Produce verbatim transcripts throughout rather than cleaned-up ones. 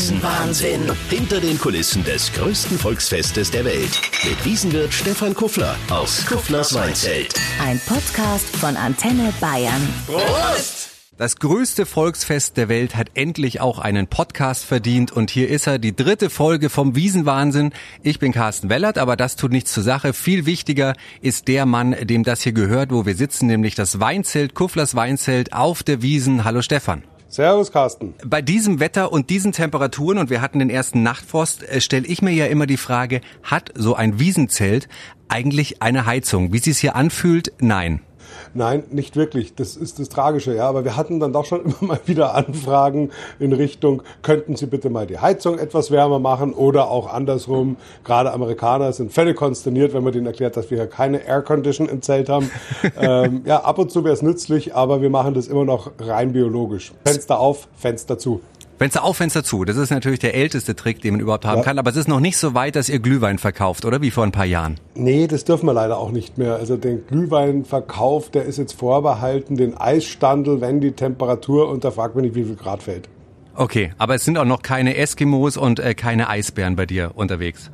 Wiesenwahnsinn. Hinter den Kulissen des größten Volksfestes der Welt. Mit Wiesenwirt Stefan Kuffler aus Kufflers Weinzelt. Ein Podcast von Antenne Bayern. Prost! Das größte Volksfest der Welt hat endlich auch einen Podcast verdient und hier ist er, die dritte Folge vom Wiesenwahnsinn. Ich bin Carsten Wellert, aber das tut nichts zur Sache. Viel wichtiger ist der Mann, dem das hier gehört, wo wir sitzen, nämlich das Weinzelt, Kufflers Weinzelt auf der Wiesn. Hallo Stefan. Servus Carsten. Bei diesem Wetter und diesen Temperaturen, und wir hatten den ersten Nachtfrost, stelle ich mir ja immer die Frage, hat so ein Wiesenzelt eigentlich eine Heizung? Wie sie es hier anfühlt? Nein. Nein, nicht wirklich. Das ist das Tragische, ja. Aber wir hatten dann doch schon immer mal wieder Anfragen in Richtung, könnten Sie bitte mal die Heizung etwas wärmer machen oder auch andersrum. Gerade Amerikaner sind völlig konsterniert, wenn man denen erklärt, dass wir hier keine Aircondition im Zelt haben. ähm, ja, ab und zu wäre es nützlich, aber wir machen das immer noch rein biologisch. Fenster auf, Fenster zu. Fenster auf, Fenster zu. Das ist natürlich der älteste Trick, den man überhaupt haben ja. kann. Aber es ist noch nicht so weit, dass ihr Glühwein verkauft, oder? Wie vor ein paar Jahren. Nee, das dürfen wir leider auch nicht mehr. Also den Glühweinverkauf, der ist jetzt vorbehalten, den Eisstandel, wenn die Temperatur unter fragt mich nicht, wie viel Grad fällt. Okay, aber es sind auch noch keine Eskimos und äh, keine Eisbären bei dir unterwegs.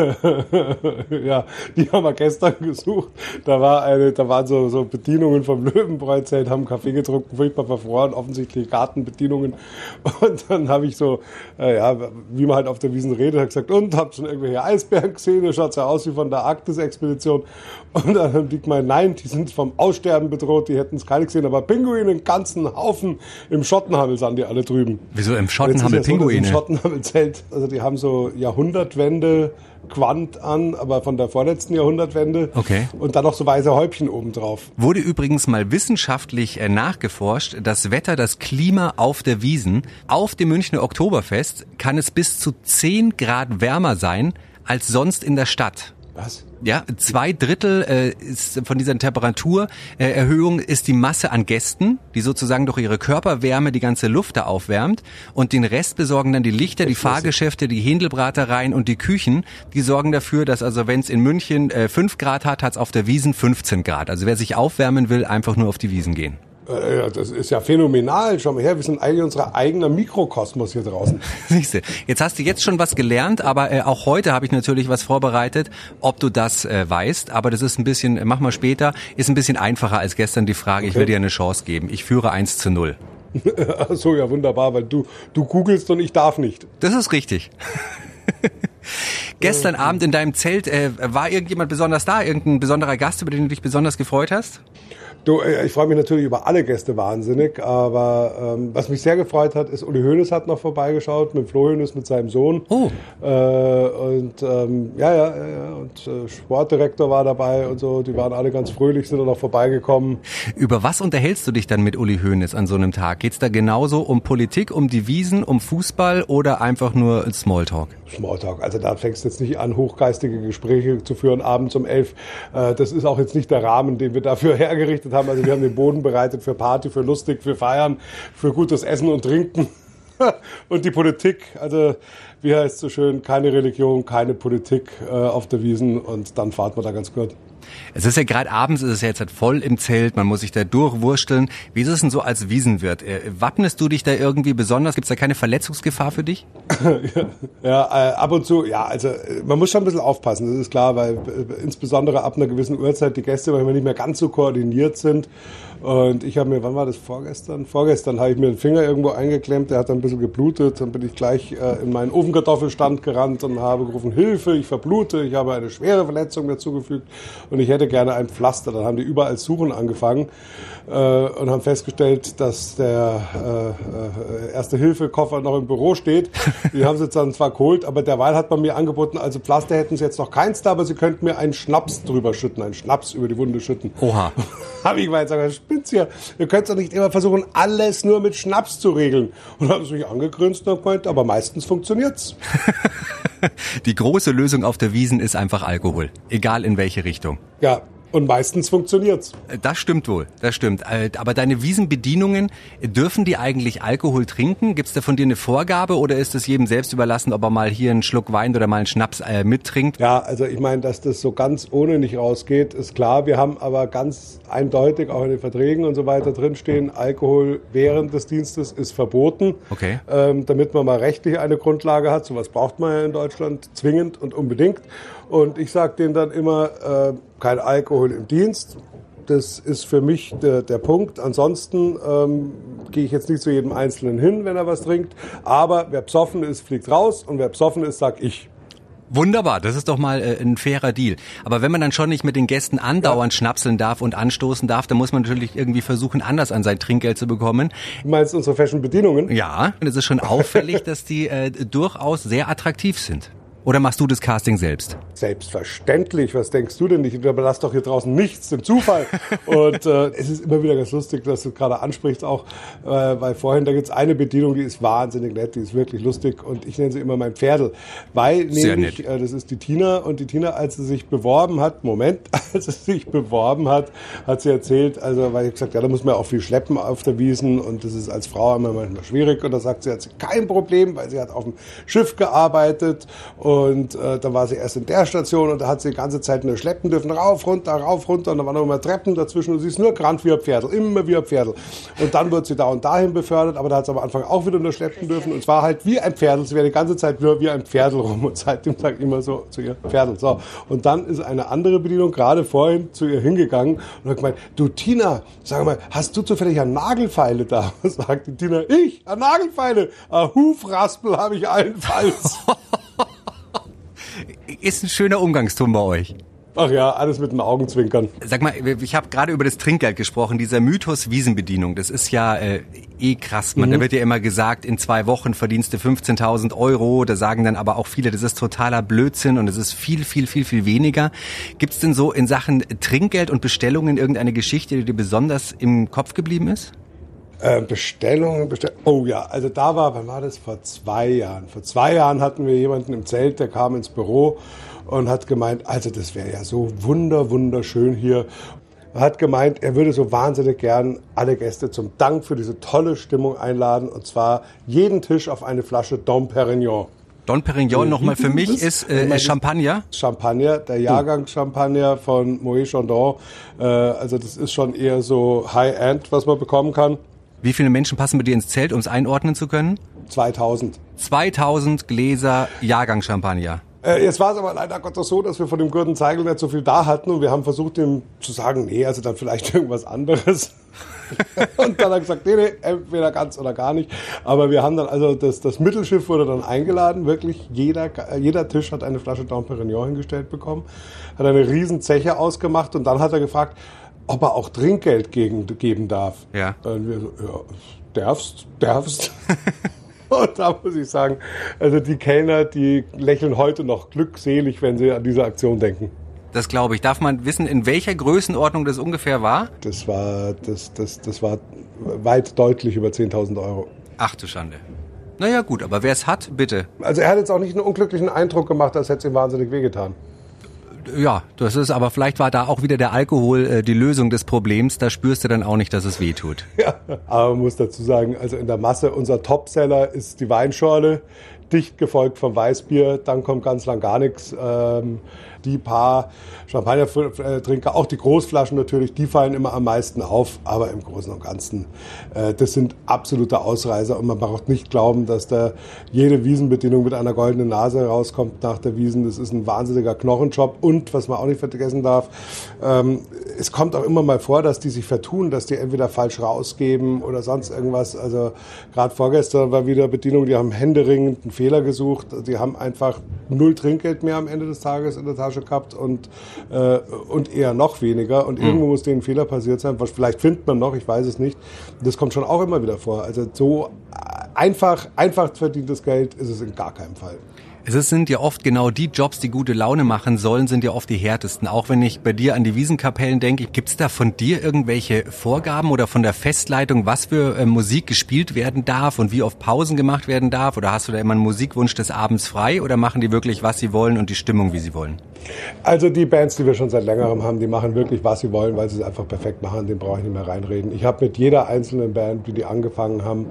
Ja, die haben wir gestern gesucht. Da war eine, da waren so, so Bedienungen vom Löwenbräuzelt, haben Kaffee getrunken, furchtbar verfroren, offensichtlich Gartenbedienungen. Und dann habe ich so, äh, ja, wie man halt auf der Wiesn redet, hat gesagt, und habt schon irgendwelche Eisbären gesehen? Das schaut ja aus wie von der Arktis-Expedition. Und dann haben die gemeint, nein, die sind vom Aussterben bedroht, die hätten es keine gesehen, aber Pinguine, einen ganzen Haufen im Schottenhammel sind die alle drüben. Wieso im Schottenhammel Pinguine? Im Schottenhammelzelt, also die haben so Jahrhundertwende Quant an, aber von der vorletzten Jahrhundertwende. Okay. Und dann noch so weiße Häubchen obendrauf. Wurde übrigens mal wissenschaftlich äh, nachgeforscht, das Wetter, das Klima auf der Wiesn. Auf dem Münchner Oktoberfest kann es bis zu zehn Grad wärmer sein als sonst in der Stadt. Was? Ja, zwei Drittel äh, ist von dieser Temperaturerhöhung äh, ist die Masse an Gästen, die sozusagen durch ihre Körperwärme die ganze Luft da aufwärmt, und den Rest besorgen dann die Lichter, die Fahrgeschäfte, die Händelbratereien und die Küchen. Die sorgen dafür, dass also wenn es in München äh, fünf Grad hat, hat es auf der Wiesn fünfzehn Grad. Also wer sich aufwärmen will, einfach nur auf die Wiesn gehen. Das ist ja phänomenal. Schau mal her, wir sind eigentlich unser eigener Mikrokosmos hier draußen. Siehst du, jetzt hast du jetzt schon was gelernt, aber äh, auch heute habe ich natürlich was vorbereitet, ob du das äh, weißt. Aber das ist ein bisschen, äh, mach mal später, ist ein bisschen einfacher als gestern die Frage. Okay. Ich will dir eine Chance geben. Ich führe eins zu null. Ach so, ja wunderbar, weil du, du googelst und ich darf nicht. Das ist richtig. Gestern Abend in deinem Zelt, äh, war irgendjemand besonders da? Irgendein besonderer Gast, über den du dich besonders gefreut hast? Du, ich freue mich natürlich über alle Gäste wahnsinnig, aber ähm, was mich sehr gefreut hat, ist, Uli Hoeneß hat noch vorbeigeschaut, mit Flo Hoeneß, mit seinem Sohn. Oh. Äh, und ähm, ja, ja, ja, und äh, Sportdirektor war dabei und so, die waren alle ganz fröhlich, sind dann noch vorbeigekommen. Über was unterhältst du dich dann mit Uli Hoeneß an so einem Tag? Geht's da genauso um Politik, um die Wiesn, um Fußball oder einfach nur Smalltalk? Smalltalk, also da fängst du jetzt nicht an, hochgeistige Gespräche zu führen, abends um elf. Äh, das ist auch jetzt nicht der Rahmen, den wir dafür hergerichtet haben. Also wir haben den Boden bereitet für Party, für lustig, für Feiern, für gutes Essen und Trinken. Und die Politik, also wie heißt es so schön, keine Religion, keine Politik äh, auf der Wiesn, und dann fahrt man da ganz gut. Es ist ja gerade abends, ist es ja jetzt halt voll im Zelt, man muss sich da durchwursteln. Wie ist es denn so als Wiesenwirt? Wappnest du dich da irgendwie besonders? Gibt es da keine Verletzungsgefahr für dich? ja, ja äh, ab und zu, ja, also man muss schon ein bisschen aufpassen, das ist klar, weil äh, insbesondere ab einer gewissen Uhrzeit die Gäste manchmal nicht mehr ganz so koordiniert sind. Und ich habe mir, wann war das, vorgestern? Vorgestern habe ich mir den Finger irgendwo eingeklemmt, der hat dann ein bisschen geblutet. Dann bin ich gleich äh, in meinen Ofenkartoffelstand gerannt und habe gerufen, Hilfe, ich verblute, ich habe eine schwere Verletzung mir zugefügt und ich hätte gerne ein Pflaster. Dann haben die überall suchen angefangen äh, und haben festgestellt, dass der äh, Erste-Hilfe-Koffer noch im Büro steht. Die haben sie jetzt dann zwar geholt, aber derweil hat man mir angeboten, also Pflaster hätten sie jetzt noch keins da, aber sie könnten mir einen Schnaps drüber schütten, einen Schnaps über die Wunde schütten. Oha. Habe ich gemeint, sag mal, spinnt's hier. Ihr könnt doch nicht immer versuchen, alles nur mit Schnaps zu regeln. Und dann haben sie mich angegrinst und gemeint, aber meistens funktioniert's. Die große Lösung auf der Wiesn ist einfach Alkohol. Egal in welche Richtung. Ja. Und meistens funktioniert's. Das stimmt wohl, das stimmt. Aber deine Wiesenbedienungen, dürfen die eigentlich Alkohol trinken? Gibt's da von dir eine Vorgabe oder ist es jedem selbst überlassen, ob er mal hier einen Schluck Wein oder mal einen Schnaps äh, mittrinkt? Ja, also ich meine, dass das so ganz ohne nicht rausgeht, ist klar. Wir haben aber ganz eindeutig auch in den Verträgen und so weiter drinstehen, Alkohol während des Dienstes ist verboten. Okay. Ähm, damit man mal rechtlich eine Grundlage hat. Sowas braucht man ja in Deutschland zwingend und unbedingt. Und ich sage denen dann immer, äh, kein Alkohol im Dienst. Das ist für mich der, der Punkt. Ansonsten ähm, gehe ich jetzt nicht zu jedem Einzelnen hin, wenn er was trinkt. Aber wer besoffen ist, fliegt raus. Und wer besoffen ist, sag ich. Wunderbar, das ist doch mal äh, ein fairer Deal. Aber wenn man dann schon nicht mit den Gästen andauernd ja. schnapseln darf und anstoßen darf, dann muss man natürlich irgendwie versuchen, anders an sein Trinkgeld zu bekommen. Du meinst unsere Fashion-Bedienungen? Ja, und es ist schon auffällig, dass die äh, durchaus sehr attraktiv sind. Oder machst du das Casting selbst? Selbstverständlich. Was denkst du denn? Ich überlasse doch hier draußen nichts dem Zufall. Und äh, es ist immer wieder ganz lustig, dass du gerade ansprichst auch, äh, weil vorhin, da gibt's eine Bedienung, die ist wahnsinnig nett, die ist wirklich lustig und ich nenne sie immer mein Pferdl. Weil Sehr nämlich, nett. Äh, das ist die Tina und die Tina, als sie sich beworben hat, Moment, als sie sich beworben hat, hat sie erzählt, also weil ich gesagt, ja, da muss man auch viel schleppen auf der Wiesn und das ist als Frau immer manchmal schwierig und da sagt sie, hat sie kein Problem, weil sie hat auf dem Schiff gearbeitet und äh, da war sie erst in der Station und da hat sie die ganze Zeit nur schleppen dürfen, rauf, runter, rauf, runter und da waren noch immer Treppen dazwischen und sie ist nur gerannt wie ein Pferdl, immer wie ein Pferdl. Und dann wird sie da und dahin befördert, aber da hat sie am Anfang auch wieder nur schleppen dürfen und es war halt wie ein Pferdl, sie wäre die ganze Zeit nur wie ein Pferdl rum und seitdem sagt ich immer so zu ihr, Pferdl. So. Und dann ist eine andere Bedienung gerade vorhin zu ihr hingegangen und hat gemeint, du Tina, sag mal, hast du zufällig eine Nagelfeile da? Sagt die Tina, ich, eine Nagelfeile, ein Hufraspel habe ich allenfalls. Ist ein schöner Umgangston bei euch. Ach ja, alles mit den Augenzwinkern. Sag mal, ich habe gerade über das Trinkgeld gesprochen, dieser Mythos Wiesenbedienung, das ist ja äh, eh krass. Man, mhm. Da wird ja immer gesagt, in zwei Wochen verdienst du fünfzehntausend Euro, da sagen dann aber auch viele, das ist totaler Blödsinn und es ist viel, viel, viel, viel weniger. Gibt's denn so in Sachen Trinkgeld und Bestellungen irgendeine Geschichte, die dir besonders im Kopf geblieben ist? Äh, Bestellungen, Bestell oh ja, also da war, wann war das? Vor zwei Jahren. Vor zwei Jahren hatten wir jemanden im Zelt, der kam ins Büro und hat gemeint, also das wäre ja so wunder, wunderschön hier. Er hat gemeint, er würde so wahnsinnig gern alle Gäste zum Dank für diese tolle Stimmung einladen und zwar jeden Tisch auf eine Flasche Dom Perignon. Dom Perignon nochmal für mich ist äh, Champagner. Champagner, der Jahrgang Champagner von Moët Chandon. Äh, also das ist schon eher so High-End, was man bekommen kann. Wie viele Menschen passen bei dir ins Zelt, um es einordnen zu können? zweitausend. zweitausend Gläser Jahrgang Champagner. Äh, jetzt war es aber leider Gottes so, dass wir von dem Gürten Zeigel nicht so viel da hatten und wir haben versucht, ihm zu sagen, nee, also dann vielleicht irgendwas anderes. Und dann hat er gesagt, nee, nee, entweder ganz oder gar nicht. Aber wir haben dann, also das, das Mittelschiff wurde dann eingeladen, wirklich jeder, jeder Tisch hat eine Flasche Dom Perignon hingestellt bekommen, hat eine riesen Zeche ausgemacht und dann hat er gefragt, ob er auch Trinkgeld gegen, geben darf. Ja. Und wir so, ja, darfst, darfst. Und da muss ich sagen, also die Kellner, die lächeln heute noch glückselig, wenn sie an diese Aktion denken. Das glaube ich. Darf man wissen, in welcher Größenordnung das ungefähr war? Das war, das, das, das war weit deutlich über zehntausend Euro. Ach du Schande. Naja gut, aber wer es hat, bitte. Also er hat jetzt auch nicht einen unglücklichen Eindruck gemacht, als hätte es ihm wahnsinnig wehgetan. Ja, das ist, aber vielleicht war da auch wieder der Alkohol äh, die Lösung des Problems. Da spürst du dann auch nicht, dass es weh tut. Ja, aber man muss dazu sagen, also in der Masse, unser Topseller ist die Weinschorle, dicht gefolgt vom Weißbier, dann kommt ganz lang gar nichts. Ähm, die paar Champagnertrinker, auch die Großflaschen natürlich, die fallen immer am meisten auf. Aber im Großen und Ganzen, äh, das sind absolute Ausreißer. Und man braucht nicht glauben, dass da jede Wiesenbedienung mit einer goldenen Nase rauskommt nach der Wiesn. Das ist ein wahnsinniger Knochenjob. Und, was man auch nicht vergessen darf, ähm, es kommt auch immer mal vor, dass die sich vertun, dass die entweder falsch rausgeben oder sonst irgendwas. Also gerade vorgestern war wieder Bedienung, die haben händeringend einen Fehler gesucht. Die haben einfach null Trinkgeld mehr am Ende des Tages in der Tasche gehabt und, äh, und eher noch weniger. Und mhm. irgendwo muss denen ein Fehler passiert sein. Was vielleicht findet man noch, ich weiß es nicht. Das kommt schon auch immer wieder vor. Also so einfach, einfach verdientes Geld ist es in gar keinem Fall. Es sind ja oft genau die Jobs, die gute Laune machen sollen, sind ja oft die härtesten. Auch wenn ich bei dir an die Wiesenkapellen denke, gibt's da von dir irgendwelche Vorgaben oder von der Festleitung, was für äh, Musik gespielt werden darf und wie oft Pausen gemacht werden darf? Oder hast du da immer einen Musikwunsch des Abends frei oder machen die wirklich, was sie wollen und die Stimmung, wie sie wollen? Also die Bands, die wir schon seit längerem haben, die machen wirklich, was sie wollen, weil sie es einfach perfekt machen. Den brauche ich nicht mehr reinreden. Ich habe mit jeder einzelnen Band, wie die angefangen haben,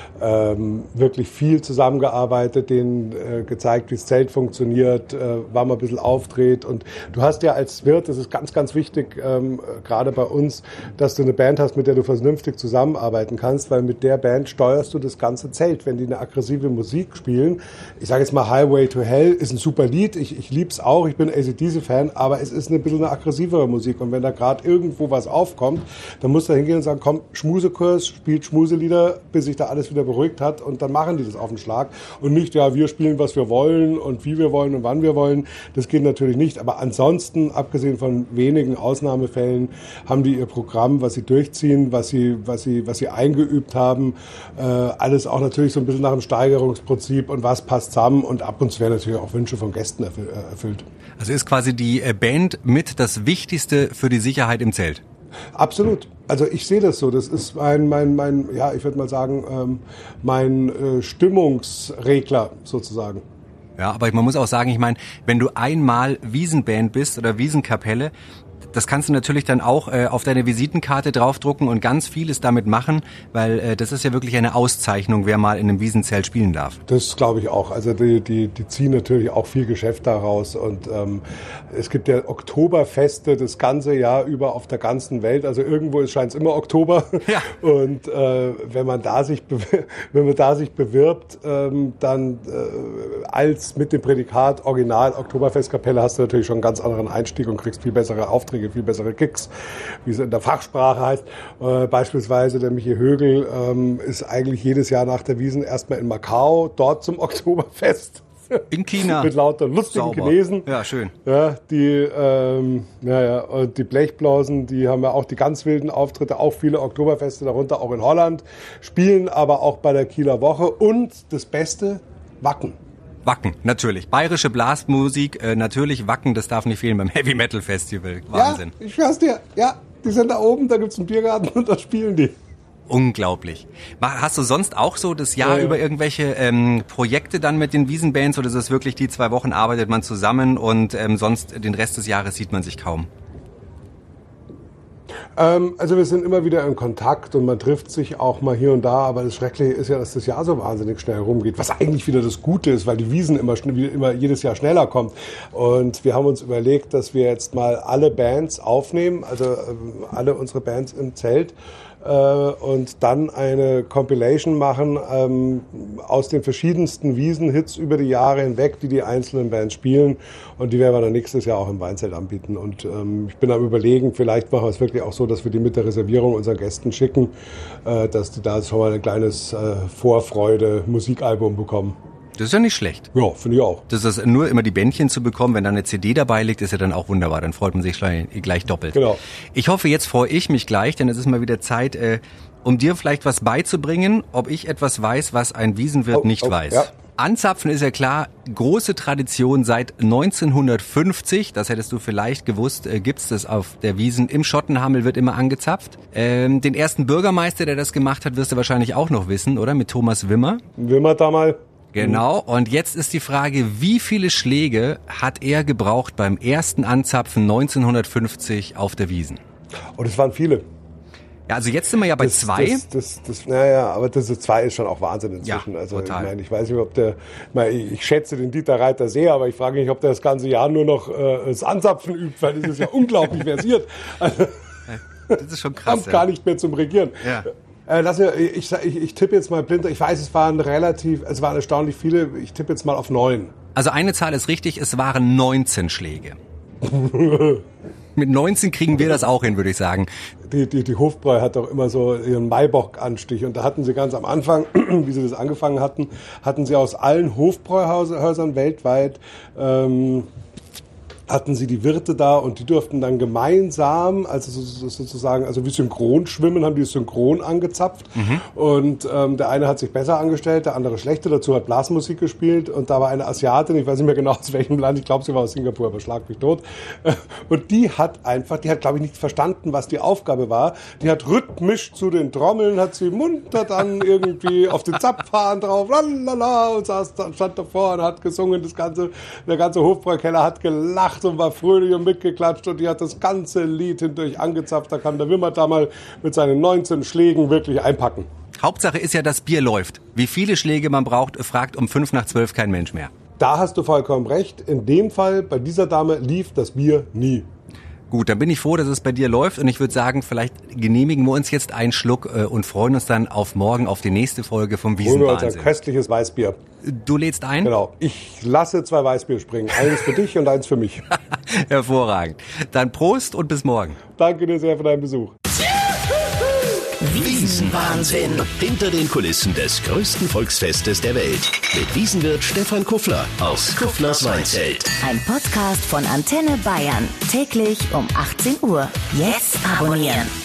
ähm, wirklich viel zusammengearbeitet, denen äh, gezeigt, wie das Zelt funktioniert, äh, wann man ein bisschen aufdreht. Und du hast ja als Wirt, das ist ganz, ganz wichtig, ähm, gerade bei uns, dass du eine Band hast, mit der du vernünftig zusammenarbeiten kannst, weil mit der Band steuerst du das ganze Zelt. Wenn die eine aggressive Musik spielen, ich sage jetzt mal Highway to Hell, ist ein super Lied, ich, ich lieb's auch, ich bin A C D C-Fan, aber es ist ein bisschen eine aggressivere Musik. Und wenn da gerade irgendwo was aufkommt, dann musst du da hingehen und sagen, komm, Schmusekurs, spielt Schmuselieder, bis sich da alles wieder beruhigt hat, und dann machen die das auf den Schlag und nicht, ja, wir spielen, was wir wollen und wie wir wollen und wann wir wollen. Das geht natürlich nicht, aber ansonsten, abgesehen von wenigen Ausnahmefällen, haben die ihr Programm, was sie durchziehen, was sie, was sie, was sie eingeübt haben, äh, alles auch natürlich so ein bisschen nach dem Steigerungsprinzip und was passt zusammen, und ab und zu werden natürlich auch Wünsche von Gästen erfüllt. Also ist quasi die Band mit das Wichtigste für die Sicherheit im Zelt? Absolut. Also ich sehe das so. Das ist mein, mein, mein, ja, ich würde mal sagen, ähm, mein äh, Stimmungsregler sozusagen. Ja, aber man muss auch sagen, ich meine, wenn du einmal Wiesenband bist oder Wiesenkapelle, das kannst du natürlich dann auch äh, auf deine Visitenkarte draufdrucken und ganz vieles damit machen, weil äh, das ist ja wirklich eine Auszeichnung, wer mal in einem Wiesenzelt spielen darf. Das glaube ich auch. Also die, die, die ziehen natürlich auch viel Geschäft daraus, und ähm, es gibt ja Oktoberfeste das ganze Jahr über auf der ganzen Welt. Also irgendwo scheint es immer Oktober. Ja. Und äh, wenn man da sich be- wenn man da sich bewirbt, ähm, dann äh, als mit dem Prädikat Original Oktoberfestkapelle hast du natürlich schon einen ganz anderen Einstieg und kriegst viel bessere Aufträge, viel bessere Kicks, wie es in der Fachsprache heißt. Äh, beispielsweise der Michi Högel ähm, ist eigentlich jedes Jahr nach der Wiesn erstmal in Macau, dort zum Oktoberfest. In China. Mit lauter lustigen Sauber. Chinesen. Ja, schön. Ja, die, ähm, naja, und die Blechblasen, die haben ja auch die ganz wilden Auftritte, auch viele Oktoberfeste, darunter auch in Holland, spielen aber auch bei der Kieler Woche, und das Beste, Wacken. Wacken, natürlich. Bayerische Blasmusik, äh, natürlich Wacken, das darf nicht fehlen beim Heavy Metal Festival. Wahnsinn. Ja, ich schwör's dir, ja, die sind da oben, da gibt's einen Biergarten und da spielen die. Unglaublich. Hast du sonst auch so das Jahr ja, ja. über irgendwelche ähm, Projekte dann mit den Wiesenbands, oder ist es wirklich die zwei Wochen arbeitet man zusammen und ähm, sonst den Rest des Jahres sieht man sich kaum? Ähm, also wir sind immer wieder in Kontakt und man trifft sich auch mal hier und da, aber das Schreckliche ist ja, dass das Jahr so wahnsinnig schnell rumgeht, was eigentlich wieder das Gute ist, weil die Wiesn immer, immer jedes Jahr schneller kommt. Und wir haben uns überlegt, dass wir jetzt mal alle Bands aufnehmen, also ähm, alle unsere Bands im Zelt, äh, und dann eine Compilation machen ähm, aus den verschiedensten Wiesn-Hits über die Jahre hinweg, die die einzelnen Bands spielen, und die werden wir dann nächstes Jahr auch im Weinzelt anbieten. Und ähm, ich bin am Überlegen, vielleicht machen wir es wirklich auch so, dass wir die mit der Reservierung unseren Gästen schicken, äh, dass die da schon mal ein kleines äh, Vorfreude-Musikalbum bekommen. Das ist ja nicht schlecht. Ja, finde ich auch. Das ist nur immer die Bändchen zu bekommen, wenn da eine C D dabei liegt, ist ja dann auch wunderbar. Dann freut man sich gleich, gleich doppelt. Genau. Ich hoffe, jetzt freue ich mich gleich, denn es ist mal wieder Zeit, äh, um dir vielleicht was beizubringen, ob ich etwas weiß, was ein Wiesenwirt oh, nicht oh, weiß. Ja. Anzapfen ist ja klar, große Tradition seit neunzehnhundertfünfzig, das hättest du vielleicht gewusst, äh, gibt's das auf der Wiesn. Im Schottenhammel wird immer angezapft. Ähm, den ersten Bürgermeister, der das gemacht hat, wirst du wahrscheinlich auch noch wissen, oder? Mit Thomas Wimmer. Wimmer da mal. Genau, und jetzt ist die Frage, wie viele Schläge hat er gebraucht beim ersten Anzapfen neunzehnhundertfünfzig auf der Wiesn? Oh, das waren viele. Ja, also jetzt sind wir ja bei das, zwei. Das, das, das, naja, aber das ist zwei ist schon auch Wahnsinn inzwischen. Ja, also total. ich meine, ich weiß nicht, ob der, ich, meine, ich schätze den Dieter Reiter sehr, aber ich frage mich, ob der das ganze Jahr nur noch äh, das Anzapfen übt, weil das ist ja unglaublich versiert. Also, das ist schon krass. Kommt ja. gar nicht mehr zum Regieren. Ja. Äh, lass mir, ich, ich, ich tippe jetzt mal blind. Ich weiß, es waren relativ, es waren erstaunlich viele. Ich tippe jetzt mal auf neun. Also eine Zahl ist richtig, es waren neunzehn Schläge. Mit neunzehn kriegen wir das auch hin, würde ich sagen. Die, die, die Hofbräu hat doch immer so ihren Maibock-Anstich. Und da hatten sie ganz am Anfang, wie sie das angefangen hatten, hatten sie aus allen Hofbräuhäusern weltweit, ähm, hatten sie die Wirte da, und die durften dann gemeinsam, also sozusagen, also wie synchron schwimmen, haben die synchron angezapft. Mhm. Und ähm, der eine hat sich besser angestellt, der andere schlechter. Dazu hat Blasmusik gespielt, und da war eine Asiatin, ich weiß nicht mehr genau aus welchem Land, ich glaube, sie war aus Singapur, aber schlag mich tot. Und die hat einfach, die hat, glaube ich, nicht verstanden, was die Aufgabe war. Die hat rhythmisch zu den Trommeln, hat sie munter dann irgendwie auf den Zapfhahn drauf, lalala, und saß, stand davor und hat gesungen, das ganze, der ganze Hofbräukeller hat gelacht. gelacht und war fröhlich und mitgeklatscht und die hat das ganze Lied hindurch angezapft. Da kann der Wimmert da mal mit seinen neunzehn Schlägen wirklich einpacken. Hauptsache ist ja, das Bier läuft. Wie viele Schläge man braucht, fragt um fünf nach zwölf kein Mensch mehr. Da hast du vollkommen recht. In dem Fall, bei dieser Dame, lief das Bier nie. Gut, dann bin ich froh, dass es bei dir läuft und ich würde sagen, vielleicht genehmigen wir uns jetzt einen Schluck äh, und freuen uns dann auf morgen, auf die nächste Folge vom Wiesenwahnsinn. Holen wir uns Wiesenwahnsinn. ein köstliches Weißbier. Du lädst ein? Genau. Ich lasse zwei Weißbier springen. Eins für dich und eins für mich. Hervorragend. Dann Prost und bis morgen. Danke dir sehr für deinen Besuch. Wiesenwahnsinn. Hinter den Kulissen des größten Volksfestes der Welt. Mit Wiesenwirt Stefan Kuffler aus Kufflers Weinzelt. Ein Podcast von Antenne Bayern. Täglich um achtzehn Uhr. Jetzt abonnieren.